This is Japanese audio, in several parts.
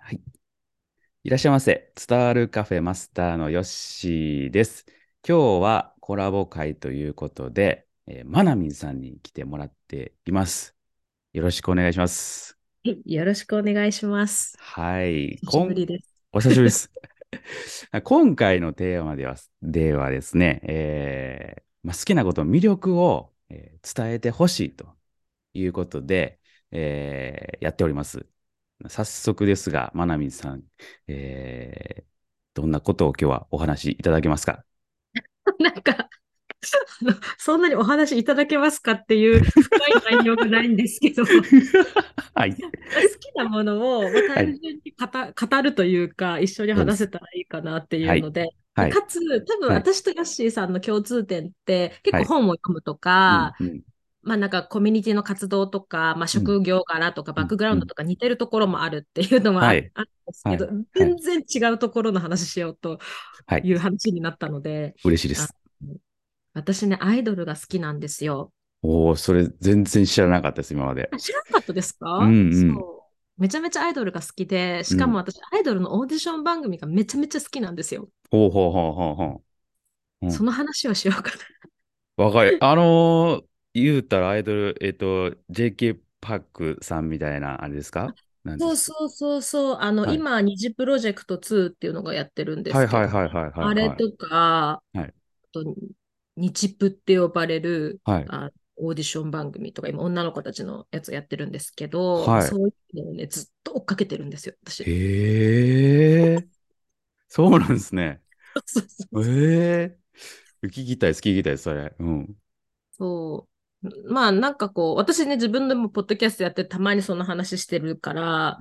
はい。いらっしゃいませ。伝わるカフェマスターのヨッシーです。今日はコラボ会ということで、マナミンさんに来てもらっています。よろしくお願いします。 はい、よろしくお願いします。 はい。 久しぶりです。 お久しぶりです。今回のテーマではですね、好きなこと、魅力を、伝えてほしいということで、やっております。早速ですが、まなみさん、えーどんなことを今日はお話しいただけますか？ なんか、そんなにお話いただけますかっていう深い内容がないんですけど、好はい。 きなものを、単はい。 純に語るというか、一緒にそうです。 話せたらいいかなっていはい。 うので、 はい。 かつ、多分はい。 私とヨッシーさんの共通点って、結はい。 構本を読むとうん。 か、 うん。 まあなんかコミュニティの活動とか、まあうん。 職業柄とかうん。 バックグラうん。 ウンドとか似てるところもあるっていうのははい。 あるんですけど、 はい。はい。 全然違うところの話しようとはい。 いう話になったので、あ嬉しいです。 私ね、アイドルが好きなんですよ。 おー、それ全然知らなかったです、今まで。 あ、知らなかったですうんか？ うん。 そう。めちゃめちゃアイドルが好きで、しうん。 かも私、アイドルのオーディション番組がめちゃめちゃ好きなんですよ。 ほうほうほうほうほう。うん。 その話をしようかな。 わかる。言うたらアイドル、JK パックさんみたいな、あれですか？なんですか？ そうそうそうそう。 はい。 今、二次プロジェクト2っていうのがやってるんではいすけどね。 はいはいはいはいはあれとか、あい。はい。 と、日プって呼ばれる、 はい。 オーディション番組とか、今、女の子たちのやつやってるんですけど、もうはい。 そういうのをね、ずっと追っかけてるんですよ、私。 へえ、そうなんですね。 そうそうそう。 ええ、聞きたいです、聞きたいです、それ。うん。 そう。まあ、なんかこう、私ね、自分でもポッドキャストやってたまにその話してるから、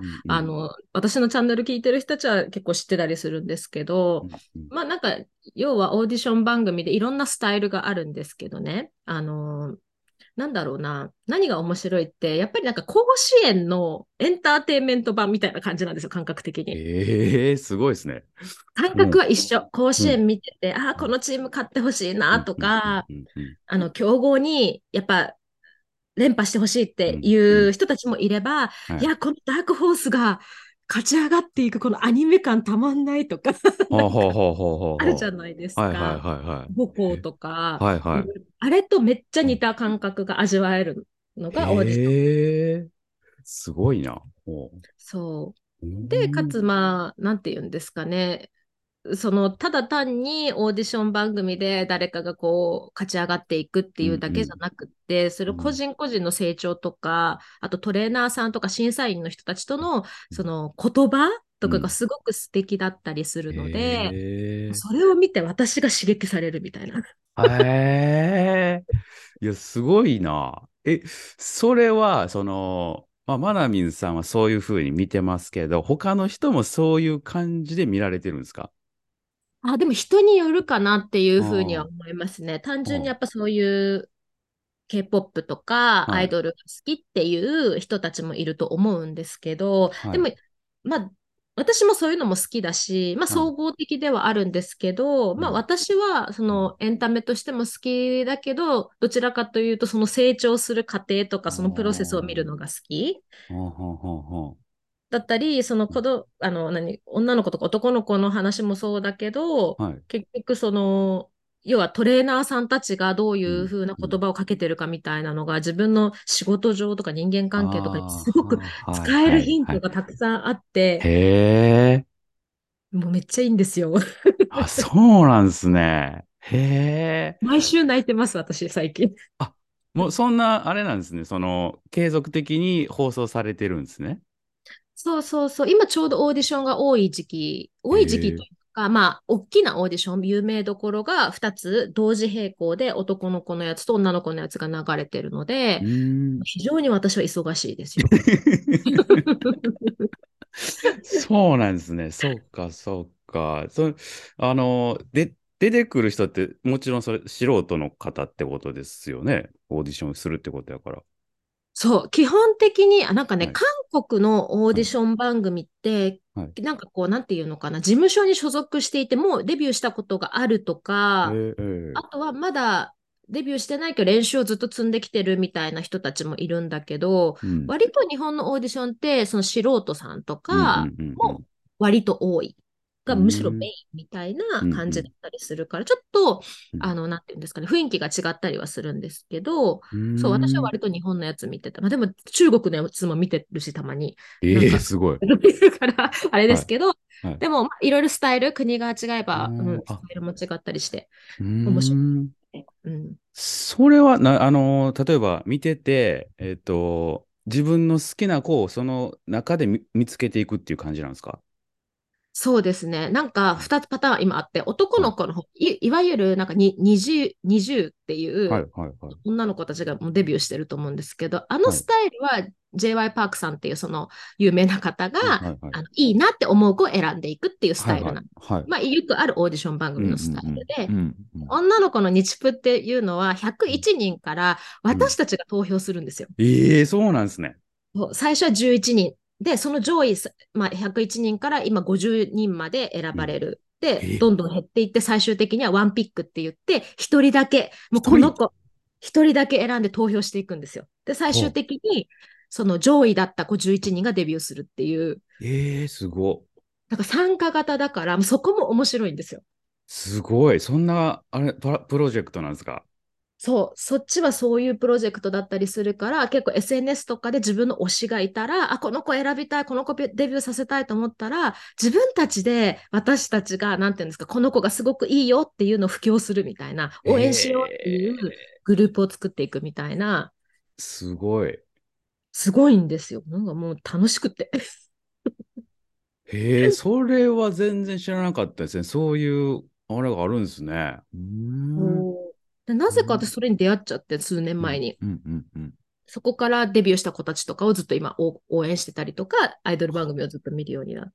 うんうん。 私のチャンネル聞いてる人たちは結構知ってたりするんですけど、 うんうん。 まあなんか、要はオーディション番組でいろんなスタイルがあるんですけどね。なんだろうな。何が面白いって、やっぱりなんか甲子園のエンターテインメント版みたいな感じなんですよ、感覚的に。 ええ、すごいですね。 感うん。 覚は一緒。甲うん。 子園見てて、ああ、 うんこのチーム勝ってほしいなとうんうんか、 うんうん強豪に、やっぱ連覇してほしいってうんうんいう人たちもいれば、 はい。 いや、このダークホースが勝ち上がっていくこのアニメ感たまんないとか、なほうんかほうほうほうほうあるじほゃないでう。はいはいすか。 はいはい。 母校とか、 はいはい。 あれとめっちゃ似うんた感覚が味わえるのがオーディション。 へえ、すごいな。ほそう。うう。で、かん。 つまあ、なんて言うんですかね。ただ単にオーディション番組で誰かがこう、勝ち上がっていくってういうんうん。 だけじゃなくて、それ個うん人個人の成長とか、あとトレーナーさんとか審査員の人たちとの、その言葉とかがうん。 すごく素敵だったりするので、 へそれを見て私が刺激されるみたいな。 え。へえ。いや、すごいな。それは、マナミンさんはそういうふうに見てますけど、他の人もそういう感じで見られてるんですか？ でも人によるかなっていうふうにはあ思いますね。単あ、あ純にやっぱそういう K-POP とかあ、はい、 アイドルが好きっていう人たちもいると思うんですけど、 はい、 でも、まあ、私もそういうのも好きだし、まあ、 はい、 総合的ではあるんですけど、まあ、 うん、 私はそうん。 のエンタメとしても好きだけど、どちらかというとその成長する過程とかあそのプロセスを見るのが好きあ、はあ、はあ、はだったり、その子ど、あの、何、女の子とか男の子の話もそうだけど、 あ、はい、 結局要はトレーナーさんたちがどういうん、 う風なうん。 言葉をかけてるかみたいなのが自分の仕事上とか人間あ関係とかにあ、 すごくはあ、はい、 使えるはい、 ヒントはい。 がたくさんあって、 へえ、 もうめっちゃいいんですよ。 あ、そうなんですね。へえ。 毎週泣いてます、私、最近。 あ、もうそんな、あれなんですね。継続的に放送されてるんですね。 そうそうそう。今ちょうどオーディションが多い時期へえ。 というか、まあ、大きなオーディション、有名どころが2つ同時並行で男の子のやつと女の子のやつが流れてるので、 うーん。 非常に私は忙しいですよ。 そうなんですね。そうか、そうか。出てくる人ってもちろんそれ素人の方ってことですよね。オーディションするってことやから。 そう、基本的に、なんかね、 はい。 韓国のオーはい。 ディション番組って、 はい。 なんかこう、なんていうのかな、事務所に所属していて、もうデビューしたことがあるとか、 えー、えーあとはまだデビューしてないけど練習をずっと積んできてるみたいな人たちもいるんだけど、 うん。 割と日本のオーディションって、その素人さんとうん。うん。 かもうん。 割と多い。 うがむしろメん。 インみたいなうん。うん。 感じだったりするから、ちょっと、 うん。 なんていうんですかね、雰囲気が違ったりはするんですけど、 うそう、私はん。 割と日本のやつ見てた。まあ、でも中国のやつも見てるし、たまに。なんか、 すごい。 見るから、あれではい。 すけど、 はい。 でも、まあ、いろいろスタイル、国が違えあば、 ーあ、 スタイルも違ったりして、 うー面白ん。 いね。うん。 それは例えば見てて、自分の好きな子をその中で見つけていくっていう感じなんですか？ そうですね。なんかはい。 2つパターン今あって、男はい。 の子の方、いわゆるなんか20っていはい。 うはい。はい。 女の子たちがもうデビューしてると思うんですけど、あのはい。 スタイルは J.Y. パークさんっていうその有名な方がはい。はい。はい。 いいなって思う子を選んでいくっていうスはい。はい。 タイルなんです。 はい。 まあ、よくあるオーディション番うん。う組のスタイルん。うで、 ん。うん。 女の子の日プっていうのはうん。 101人からうん。 私たちが投票するんですよ。 そうなんですね。 そう最初は11人。で、その上位、まあ、101人から今50人まで選うん。 ばれる。で、 え、 どんどん減っていって、最終的にはワンピックって言って、一人だけ、もう一人。 この子、一人だけ選んで投票していくんですよ。で、最終はあ。 的に、その上位だった51人がデビューするっていう、 すご。 だから参加型だから、もうそこも面白いんですよ。 すごい。そんな、プロジェクトなんですか？ そう、そっちはそういうプロジェクトだったりするから、結構 SNS とかで自分の推しがいたら、あ、この子選びたい、この子デビューさせたいと思ったら、自分たちで私たちが、なんていうんですか、この子がすごくいいよっていうのを布教するみたいな、応援しようっていうグループを作っていくみたいな、 すごい。 すごいんですよ。なんかもう楽しくて。 それは全然知らなかったですね。そういう、あれがあるんですね。うーん。 そうで、なぜか私うん。 それに出会っちゃって、数年うん。 前に。 うん。うん。うん。 そこからデビューした子たちとかをずっと今応援してたりとか、アイドル番組をずっと見るようになって、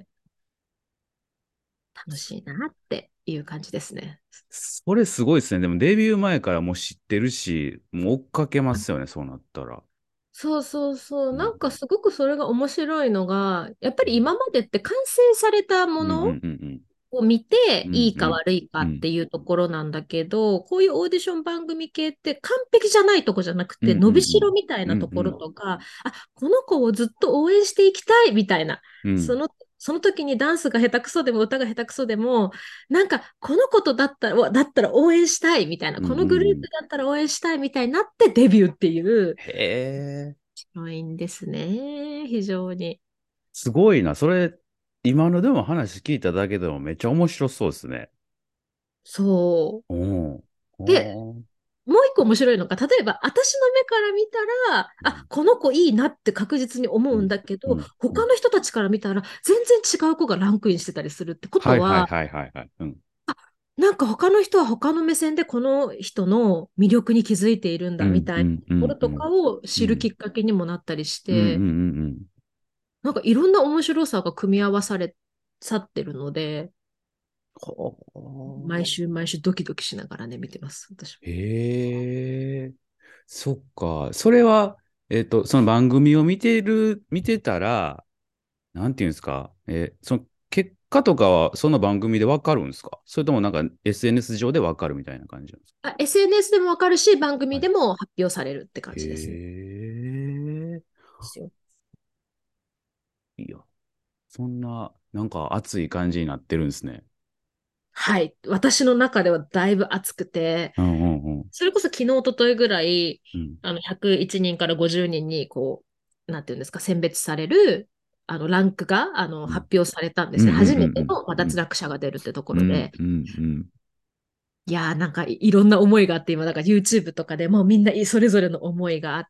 楽しいなっていう感じですね。 それすごいですね。でもデビュー前からもう知ってるし、もう追っかけますよね、そうなったら。 そうそうそう。 うん。 なんかすごくそれが面白いのが、やっぱり今までって完成されたもうん。うん。 のうん。 を見て、 うん。 いいかうん。 悪いかうん。 っていうところなんだけど、こういうオーディション番組系って完璧じゃないとこじゃなくうん。うて、伸びしろん。 みたいうん。 なところうん。 とか、あ、この子をずっと応援していきたいみたいな、 うん。 その時にダンスが下手くそでも歌が下手くそでも、なんかこの子とだったら応援したいみたいな、 うん。 こうん。 のグループだったら応援したいみたいになってデビューっていう、 へえ。 白いんですね、非常に。 すごいな。それ、今のでも話聞いただけでもめっちゃ面白そうですね。 そう。 うん。 で、 おー。 もう一個面白いのが、例えば私の目から見たら、あ、 うん。 この子いいなって確実に思うんうん。 だけど、 うん。うん。 他の人たちから見たら全然違う子がランクインしてたりするってこはいはいとは、 はいはいはい。うん。 なんか他の人は他の目線でこの人の魅力に気づいているんうん。 だみたいなうん。うん。 ところとかうん。 を知るきうん。 っかけにもなったりしうん。うん。 て、 うん。 なんかいろんな面白さが組み合わされ去ってるので、 ほ毎ー。 週毎週ドキドキしながらね、見てます、私。 へえ。そっか。それは、その番組を見てたら、なんていうんですか、その結果とかはその番組でわかるんですか？それともなんか SNS 上でわかるみたいな感じなんですか？ SNS でもわかるし、番組はい。 でも発表されるって感へじですね。 え。 ですよ。 いや、そんな、なんか熱い感じになってるんですね。 はい。私の中ではだいぶ熱くて、 うんうんうん。 それこそ昨日、一昨日ぐらい、 うん。 101人から50人に、こう、なんていうんですか、選別される、ランクが、 うん。 発表されたんですね。 うんうん初めての、まあ、 うんうん。 脱落者が出るってとこうん。 ろで。 うん。うん。 いやー、なんかいろんな思いがあって、今、だから YouTube とかでもうみんなそれぞれの思いがあって、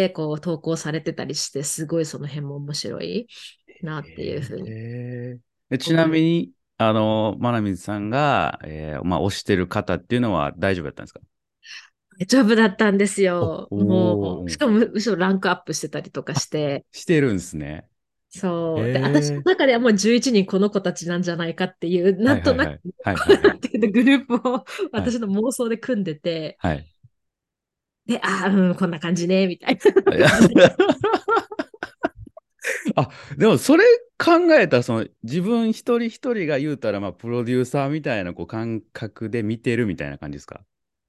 こう、投稿されてたりして、すごいその辺も面白いなっていうふうにちな思う。 みに、まなみずさんが、まあ、推してる方っていうのは大丈夫だったんですか？ 丈夫だったんですお、 よ。もう、しおー、 かもむしろランクアップしてたりとかあ、 して、 してるんですね。 そう。で、私のへえ。 中ではもう11人この子たちなんじゃないかっていう、なんとなく、 はいはいはい。はいはいはい。 なんていうのグループをはい。 私の妄想で組んでて、 はい。 で、ああ、うん、こんな感じね、みたいいやな感じで。 あ、でもそれ考えたら、その自分一人一人が言うたら、まあ、プロデューサーみたいなこう感覚で見てるみたいな感じですか？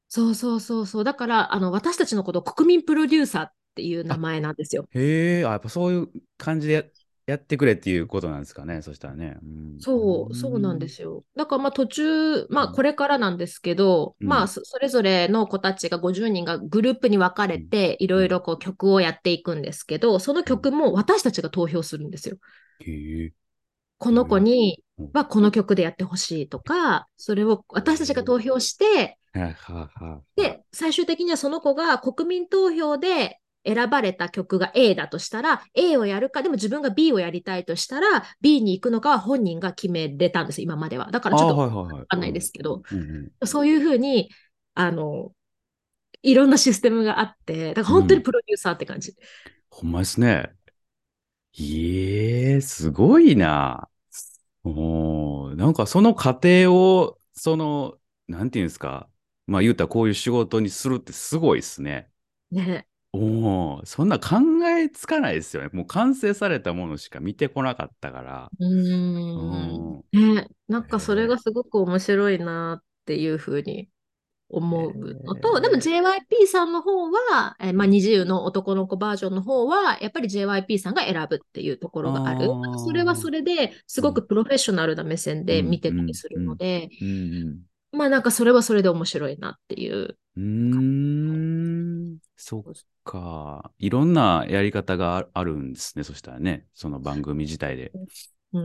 そうそうそうそう。だから、私たちのことを国民プロデューサーっていう名あ、 前なんですよ。 へえ、あ、やっぱそういう感じでやってくれっていうことなんですかね、そしたらね。うん。うそう、そうなんでん。 すよ。だからまあ途中、まあうん。 これからなんですけど、 うん。 まあそれぞれの子たちが50人がグループに分かれうん。 て、いうん。 ろいろこう曲をやっていくんですけど、そのうん。 曲も私たちが投票するんですよ。 へえ。 この子へえ。 にうん。 はこの曲でやってほしいとか、それを私たちが投票して、 はいはいはいはい。 で、最終的にはその子が国民投票で選ばれた曲が A だとしたら、A をやるか、でも自分が B をやりたいとしたら、B に行くのかは本人が決めれたんです、今までは。だからああ、 ちょっとはいはいはい。 わかんないでうん。 すけど、 うん。 そういうふうに、あの、いろんなシステムがあって、だからうん。 本当にうん。 プロデューサーって感じ。 ほんまですね。ええ、すごいな。おー、なんかその過程を、なんていうんですか。まあ言うたらこういう仕事にするってすごいですね。 ね。 おお、そんな考えつかないですよね。もう完成されたものしか見てこなかったから。 うーん。 うん。 ね。なんかそれへがすごく面白いなっていうふうにえ。 思うのと、でもへ JYP さんの方は、まあ、 え。うん。 20の男の子バージョンの方は、やっぱり JYP さんが選ぶっていうとこあろがある。それはあ。 それですうん。 ごくプロフェッショナルな目線で見うん。うん。 てたりすうん。 るので、 うん。 まあなんかそれはそれで面白いなっていう。 うーん。そっか。いろんなやり方があるんですね。そしたらね。その番組自体で。 うん、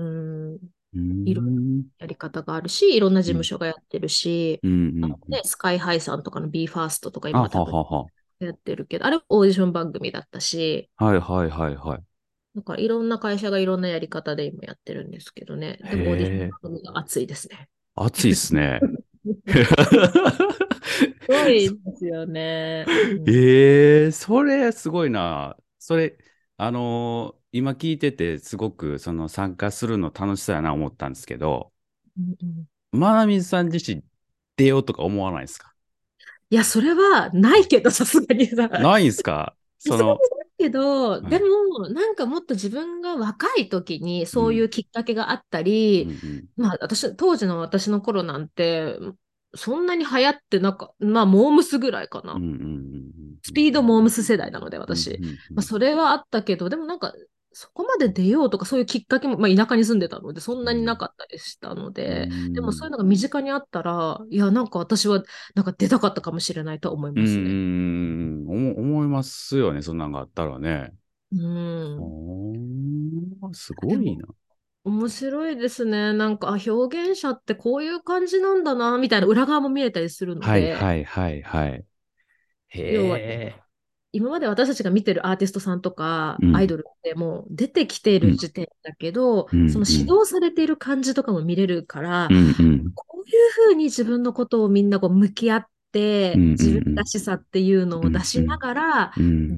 うーいろんなん。 やり方があるし、いろんな事うん。 務所がやってるし、 うん。うん。うん。 スカイハイさんとかの BE:FIRST とかあ、 今多分ははは。 やってるけど、あれオーディション番組だったし、 はいはいはいはい。 なんかいろんな会社がいろんなやり方で今やってるんですけどね。 へでもオーディションえ。 番組が熱いですね。 暑いっすね。 すごいですよね。うん。 ええ、それすごいな。それ、今聞いててすごくその参加するの楽しそうやな思ったんですけど、 うんうん、 まなみさん自身出ようとか思わないですか？ いや、それはないけど、さすがにさ。 ないんすか？ さすがにないけど、ではい。 も、なんかもっと自分が若い時にうん、 そういうきっかけがあったうん、うり、 ん、 まあ当時の私の頃なんて、そんなに流行ってなんか、まあ、モームスぐらいかうん、 な。 うん、 スピードモームス世代なので、 うん、う私。 ん、うまあ、 ん、 それはあったけど、でもなんか、そこまで出ようとか、そういうきっかけも、まあ、田舎に住んでたので、そんなになかったりしたのうで、でもそうん、 いうのが身近にあったら、いや、なんか私は、なんか出たかったかもしれないと思いうん、 ますね。 うん思いますよね、そんなんがあったらね。 うん。 おー、すでも、 ごいな。 面白いですね。なんか、表現者ってこういう感じなんだな、みたいな裏側も見れたりするのはい、 で、 はい、はい、はい。へ要はえ。 今まで私たちが見てるアーティストさんとかうん、 アイドルってもう出てきていうん、 る時点だけど、 うん、 そのうん、 指導されている感じとかも見れるから、 うん、うん、 こういうふうに自分のことをみんなこう向き合っうん、うて、自分らん、 しさっていうのうん、 を出しながら、 うん、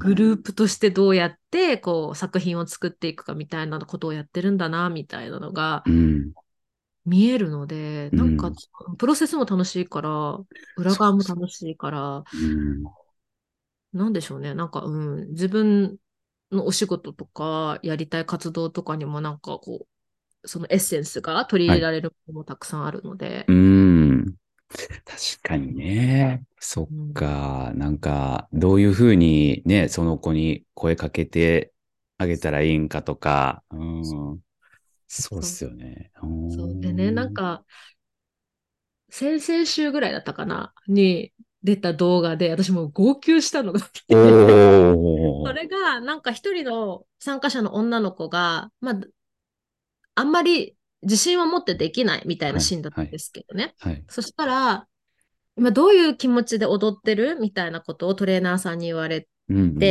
グループとしてどうやってこう作品を作っていくかみたいなことをやってるんだな、みたいなのがうん、 見えるので、なんかうん。 プロセスも楽しいから、裏側もそうそ楽しいから、 う。うん、 なんでしょうね。なんか、自分のお仕事とか、やりたい活動とかにもなんかこう、そのエッセンスが取り入はい。 れられるものもたくさんあるので、 うん。確かにね。そっうん、 か。なんか、どういうふうにね、その子に声かけてあげたらいいんかとか。うん。そうっそう、 すよね。うそうでね、なんん。 か、先々週ぐらいだったかな、に出た動画で、私もう号泣したのがあっおて、そー。 れが、なんか一人の参加者の女の子が、まあ、あんまり自信を持ってできないみたいなはい、 シーンだったはい、 んですけどね。 はい。 そしたら、今どういう気持ちで踊ってるみたいなことをトレーナーさんに言われうん、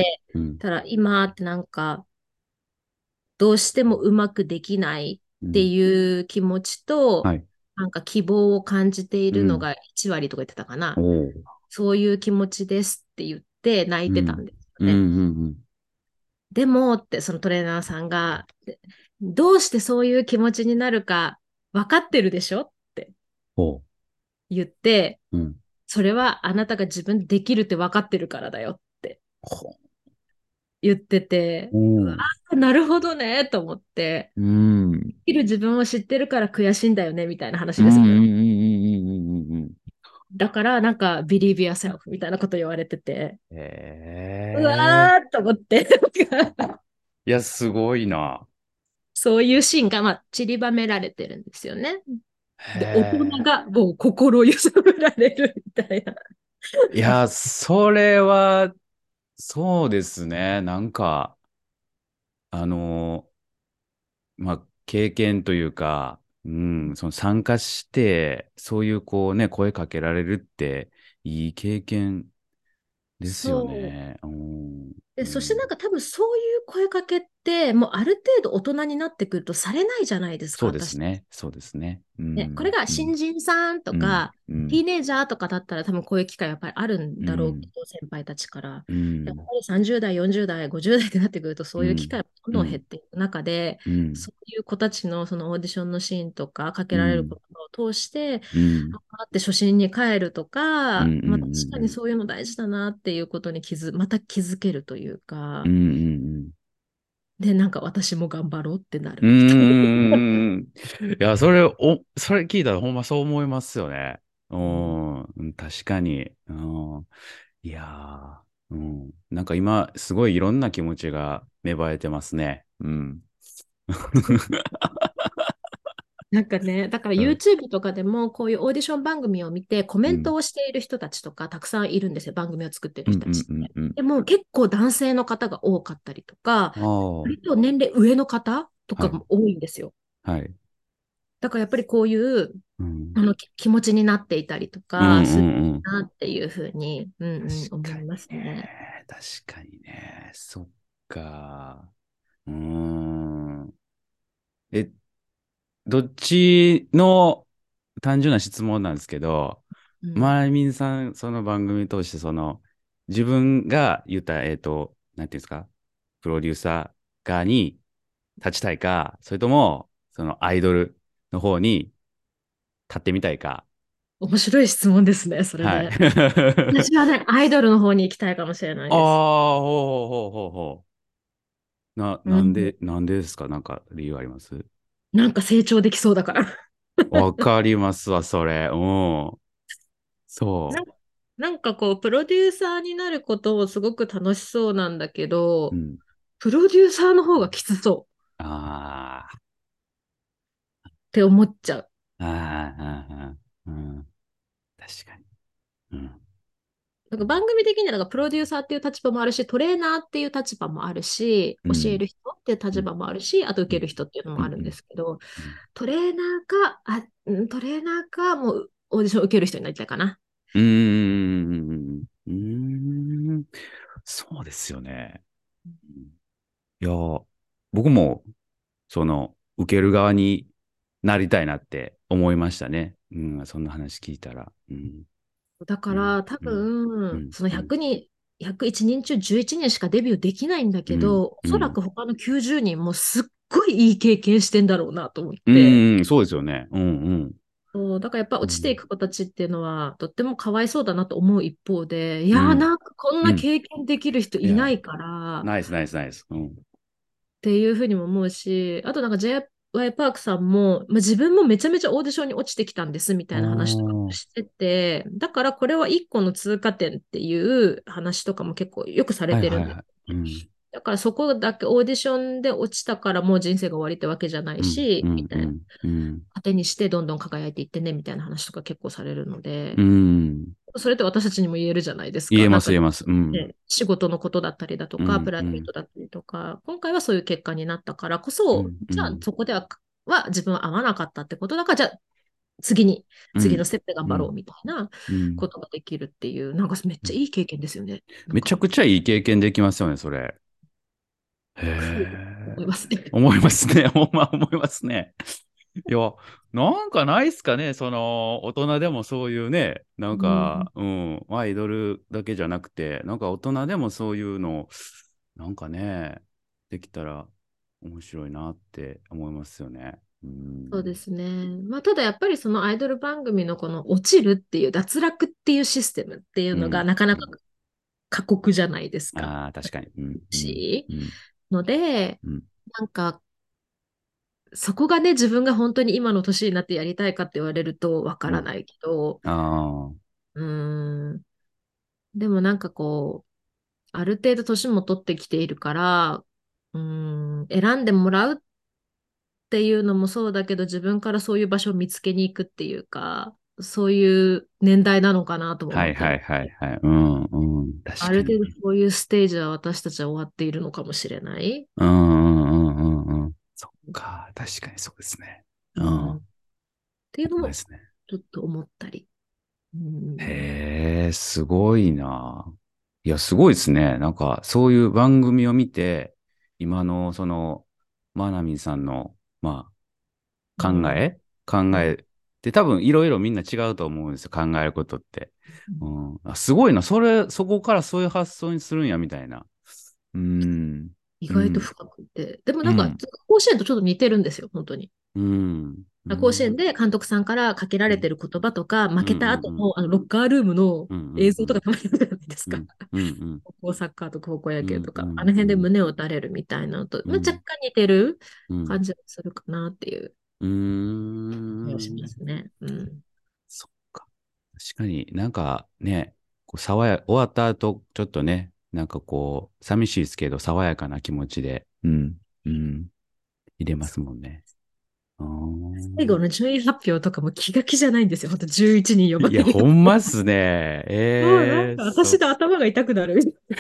て、 うん、 たら今ってなんかどうしてもうまくできないってうん。 いう気持ちと、 はい。 なんか希望を感じていうん。 るのが1割とか言ってたかな。 おー。 そういう気持ちですって言って泣いうん、 てたんですようん、 ね。 うん、うん。 でもってそのトレーナーさんが、どうしてそういう気持ちになるか分かってるでしょっておー。 言って、 うん。 それはあなたが自分でできるって分かってるからだよってほ言ってて、 おうわー。 ー、なるほどね、と思って、 うん。 生きる自分を知ってるから悔しいんだよね、みたいなうん、うん、 話ですよね。 うん、うん、うん、うん。うん。 だからなんか believe yourself みたいなこと言われてて、うええ、 わーと思って、 いや、すごいな。 そういうシーンが、まあ、散りばめられてるんですよね。 へで、大人え。 がもう心揺さぶられるみたいな。 いや、それは、そうですね。なんか、あの、まあ、経験というか、うん、その参加して、そういうこうね、声かけられるって、いい経験ですよそう。 ね。うん、 で、そしてうん、 なんか多分そういう声かけって、もうある程度大人になってくるとされないじゃないですか、 そうです私。 ね。そうですね。うね、こん、 れがうん、 新人さんとうん、 か、 うん、 ティーネイジャーとかだったら多分こういう機会やっぱりあるんだろうけうん、 ど、先輩たちから。 うやっぱん、 り30代、40代、50代ってなってくるとそういう機うん、 会がどんうん、 どん減っていく中で、 うん、 そういう子たちのそのオーディションのシーンとかかけられるこうん、 とを通して、 うん、 あって初心に帰るとうん、うか、まあ、確かにん、 そういうの大事だなっていうことにまた気づけるというか、 うん、うん、 で、なんか私も頑張ろうってなうん、 るみたいな。 うん。いや、それ聞いたらほんまそう思いますよね。うん、確かに。うん、いやー、うん。なんか今、すごいいろんな気持ちが芽生えてますね。うん。 なんかね、だからうん、 YouTube とかでもこういうオーディション番組を見てコメントうん、 をしている人たちとかたくさんいるんですよ。番組を作っていうん、うん、 る人たちって。 うん。うん。 でも結構男性の方が多かったりとか、 ああ、 割と年齢上の方とはい、 かも多いんですよ。 はい。 だからやっぱりこういううん、 気持ちになっていたりとうん、 かするうん、うん。 なっていうふうに、思い確かにますね。 ね。確かにね。そっか。うーん。え、どっちの単純な質問なんですけど、 うん。 マーミンさん、その番組通して、自分が言った、なんていうんですか、プロデューサー側に立ちたいか、それとも、そのアイドルの方に立ってみたいか。 面白い質問ですね、それはい。 ね。私はね、アイドルの方に行きたいかもしれないあです。 あ、ほうほうほうほうほう。 うん。 なんでですか？なんか理由あります？ なんか成長できそうだから。 わかりますわ、それ。うん。 なんそなんかこう、プロデューサーになることもすごく楽しそうなんだけう。うど、 ん。 プロデューサーの方がきつそうああ。 って思っちゃう。 ああ、ああ、ああ、うん。確かに。うん。 なんか番組的にはなんかプロデューサーっていう立場もあるし、トレーナーっていう立場もあるし、教えうん。 る人っていううん。 立場もあるし、あと受うん。 ける人っていうのうん。 もあるんでうん。 すけど、 うん。 トレーナーか、もうオーディション受ける人になりたいかな。 うーん。うーん。そうですよね。うん。いや、僕も、受ける側になりたいなって思いましたね。うん。そんな話聞いたら。うん。 だかうん。 ら多うん。う分、 ん。 そのうん。 101人中11人しかデビューできないんだうん。 けど、おそらうん。 く他の90人もすっごいいい経験してんだろうなと思っうて。 ん。そうですよね。うん。うん。 そうだからやっぱうん。 落ちていく子たちっていうのはとってもかわいそうだなと思う一方で、いやーうん。 なんかこんうん。 な経験できる人いや、 いないからっナイス、ナイス、ナイス。うん。 ていうふうにも思うし、あとなんか J.Y. パークさんも、まあ、自分もめちゃめちゃオーディションに落ちてきたんですみたいな話とかもおー。 してて、だからこれは一個の通過点っていう話とかも結構よくされてるんです。 はいはいはい。うん。 だからそこだけオーディションで落ちたからもう人生が終わりってわけじゃなうん。ういし、みん。 たいな。 うん。うん。 糧にしてどんどん輝いていってね、みたいな話とか結構されるのうで、 ん。 それって私たちにも言えるじゃないですか。 言えます、 なんか、 言えます。うん。 ね、仕事のことだったりだとか、プうん。 ライベーうん。 トだったりとか、今回はそういう結果になったからこそ、 うん。うじゃあん。 そこでは自分は合わなかったってことだから、じゃあ次に、 うん。 次のステップで頑張ろううん。 みたいなうん。 ことができるっていう、なんかめっちゃいい経験ですよね。なんか、 めちゃくちゃいい経験できますよね、それ。へふう思いえ。 ますね。 思いますね。ほんま思いますね。いや、なんかないっすかね、大人でもそういうね、なんうん、 か、うん、アイドルだけじゃなくて、なんか大人でもそういうの、なんかね、できたら面白いなって思いますよね。うそうでん。 すね。まあ、ただやっぱりそのアイドル番組のこの落ちるっていう脱落っていうシステムっていうのがうん。 なかなかうん。 過酷じゃないですか。 ああ、確かに。うん。うん。 し、 うん。 ので、 うん。 なんかそこがね、自分が本当に今の年になってやりたいかって言われるとわかうん。 らないけど、 ああ。 うーん。でもなんかこう、ある程度年も取ってきているから、選んでもらうっていうのもそうだけど、自分からそういう場所を見つけに行くっていうか、そういう年代なのかなとも思ったり。 はいはいはいはい。うんうん。確ある程度かに。 そういうステージは私たちは終わっているのかもしれない。 うんうんうんうんうん。そっか。確かにそうですね。 うん。 うん。 っほんていうのもまですね。 ちょっと思ったり。うん。 へえ、すごいな。いや、すごいですね。なんか、そういう番組を見て、今の、マナミンさんの、まあ、 うん。 考うん。 えって多分いろいろみんな違うと思うんですよ。考えることって。うん。あ、すごいな。そこからそういう発想にするんや、みたいな。うん。 意うん。 外と深くて。でもなんか、 うん。 甲子園とちょっと似てるんですよ、本当に。 うん。う甲子園ん。 で監督さんからかけらうん。 れてる言葉とか、負うん。 けた後うん。 のロッカールームのうん。うん。うん。 映像とかたまにあるじゃないですか。 うん。うん。 高校サッカーとか高校野うん。 球とか、あのうん。うん。 辺で胸を打たれるみたいなのと、まあ、若うん。 干似てるうん。 感じがするかなっていううー気がしまん。 すね。うん。 そっか。確かになんかね、終わった後、ちょっとね、なんかこう、寂しいですけど、爽やかな気持ちで、うん、うん、入れますもんね。あー最後の順位発表とかも気が気じゃないんですよ。本当11人呼ばいや、 れるよ。 ほんまっすね。 もうなんかそっか。 私の頭が痛くなる。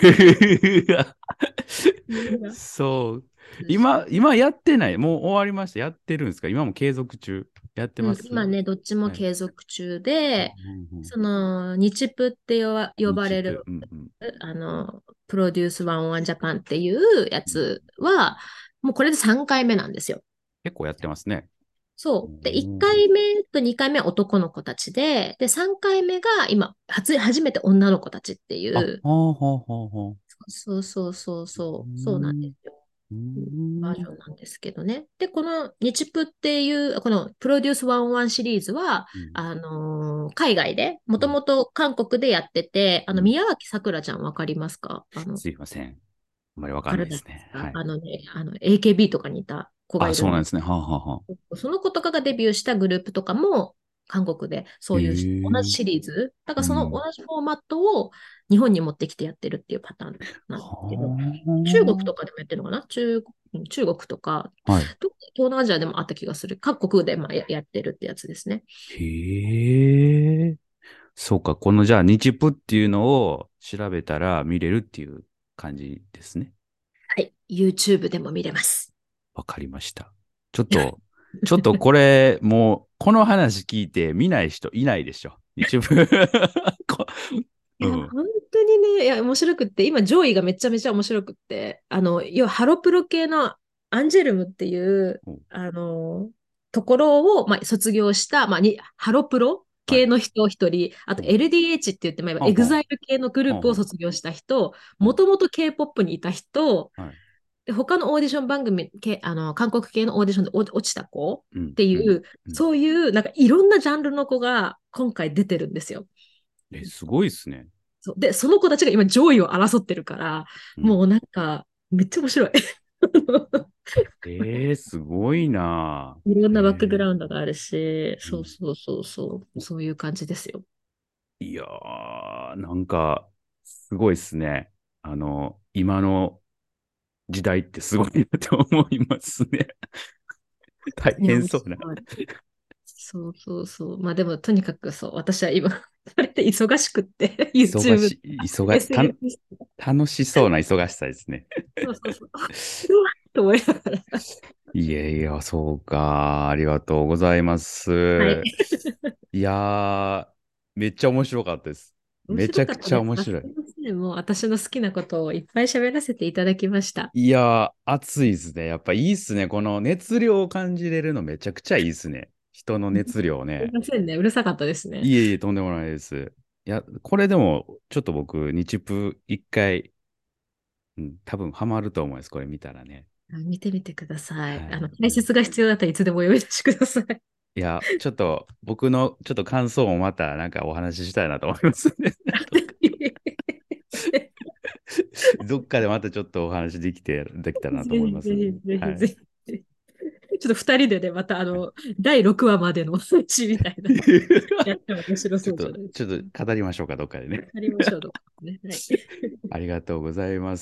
みんな。 そう。 確今やってない。もう終わりました。やってるんですか？今も継続中。やってうん、 ます？ 今ね、どっちもはい。 継続中で、 うんうん、 その、日プって呼ばれる、 日プ。うんうん。 プロデュース101ジャパンっていうやうん、 つは、もうこれで3回目なんですよ。 結構やってますね。うそう。で、1 ん、 回目と2回目は男の子たちで、3回目が今、初めて女の子たちっていあ、 う、 ほうほうほうほう。 そうそうそううーそう、そうなんでん。 すよ。 うーバージん。 ョンなんですけどね。で、この日プっていう、このプロデュース101シリーズは、 うん。 海外で、もうん。 ともと韓国でやってて、 うん。 宮脇さくらちゃんわかりますか？ すいません。あんまりわかんないで体ですね。 すか？ はい。 AKB とかにいた子があ、 いるんです。 そうなんですね。はあ、はあはあ。 その子とかがデビューしたグループとかも、韓国でそへういう同じえ。 シリーズ、だからその同うん。 じフォーマットを日本に持ってきてやってるっていうパターンなんですけど、中国とはかでもやってるのかな？中国とか、 あ。はい。 東南アジアでもあった気がする。各国でやってるってやつですね。 へえ。そうか。このじゃあ、日プっていうのを調べたら見れるっていう感じですね。 はい。YouTube でも見れます。 わかりました。ちょっと、ちょっとこれ、もう、この話聞いて見ない人いないでしょ。日プ。こいや、 うん。 本当にね、いや、面白くって、今、上位がめちゃめちゃ面白くって、要はハロプロ系のアンジェルムっていう、 うん、 ところを、まあ、卒業した、ハロプロはい。 系の人一人、あとうん、 LDH って言って、エグはんはん。 ザイル系のグループをはんはん。 卒業した人、 うん、 もともと K-POP にいた人、 はい。 で、他のオーディション番組、韓国系のオーディションで落ちた子うん、うん、 っていう、 うん。 そういう、なんかいろんなジャンルの子が今回出てるんですよ。 すごいっすね。 そうで、その子たちが今上位を争ってるから、 うん。 もうなんか、めっちゃ面白い。 すごいないろんぁ。 なバックグラウンドがあるし、 うん、 そうそうそうそう、そういう感じですよ。 いやー、なんか、すごいっすね。今の時代ってすごいなって思いますね。大いや、面変そうな。 白い。そうそうそう。まあでも、とにかくそう、私は今、あれで忙しくって、YouTube、SNS、 楽しそうな忙しさですね。 そうそうそう。うわっと思いながら。 いやいや、そうか。ありがとうございまはい。 す。いやー、めっちゃ面白かったです。 面めちゃくちゃ白かったですか？す面白い。 みません。もう私の好きなことをいっぱい喋らせていただきました。 いやー、熱いですね。やっぱいいっすね。この熱量を感じれるのめちゃくちゃいいっすね。人の熱量すみね。 ませんね。うるさかったですね。 いえいえ、とんでもないです。いや、これでも、ちょっと僕、日プ一回、うん、多分ハマると思います。これ見たらね。 見てみてください。 はい。うん、 解説が必要だったらいつでもお呼び出しください。 いや、ちょっと僕のちょっと感想もまたなんかお話ししたいなと思いますね。どっかでまたちょっとお話できたらなと思いぜひぜますんで。 ひぜはい。 ひぜひ。 ちょっと二人でね、また第6話までの話みたいな、やっても面白そうじゃないですか。 ちょっと語りましょうか、どっかでね。 やりましょう、どうかね。はい。 ありがとうございます。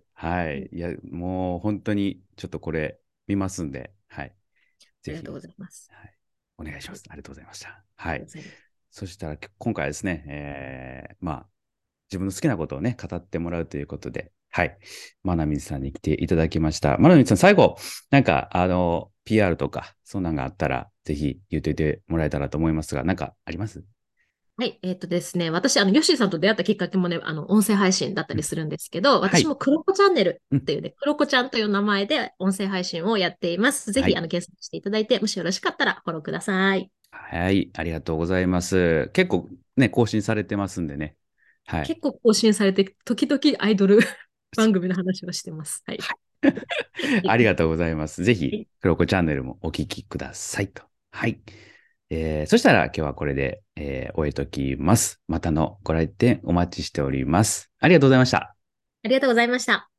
はい。いや、もう本当にちょっとこれ見ますんで、はい。ぜひ、 ありがとうございます。 はい、お願いしはい。 ます。ありがとうございました。はい。 ございます。 そしたら、今回はですね、まあ、自分の好きなことをね、語ってもらうということで、はい。まなみずさんに来ていただきました。まなみずさん、最後、なんか、PR とか、そんなんがあったら、ぜひ言っておいてもらえたらと思いますが、なんかあります？ はい。ですね、私、ヨッシーさんと出会ったきっかけもね、音声配信だったうん。 りするんですけど、 はい。 私もクロコチャンネルうん。 っていうね、クロコちゃんという名前で音声配信をやっています。ぜひ、 はい。 検索していただいて、もしよろしかったらフォローください。 はい。ありがとうございます。結構ね、更新されてますんでね。はい。 結構更新されて、時々アイドル番組の話をしてます。はい。 はい。ありがとうございます。ぜひ、 はい。 クロコチャンネルもお聞きくださいと。はい。そしたら今日はこれで、終えときます。またのご来店お待ちしております。ありがとうございました。 ありがとうございました。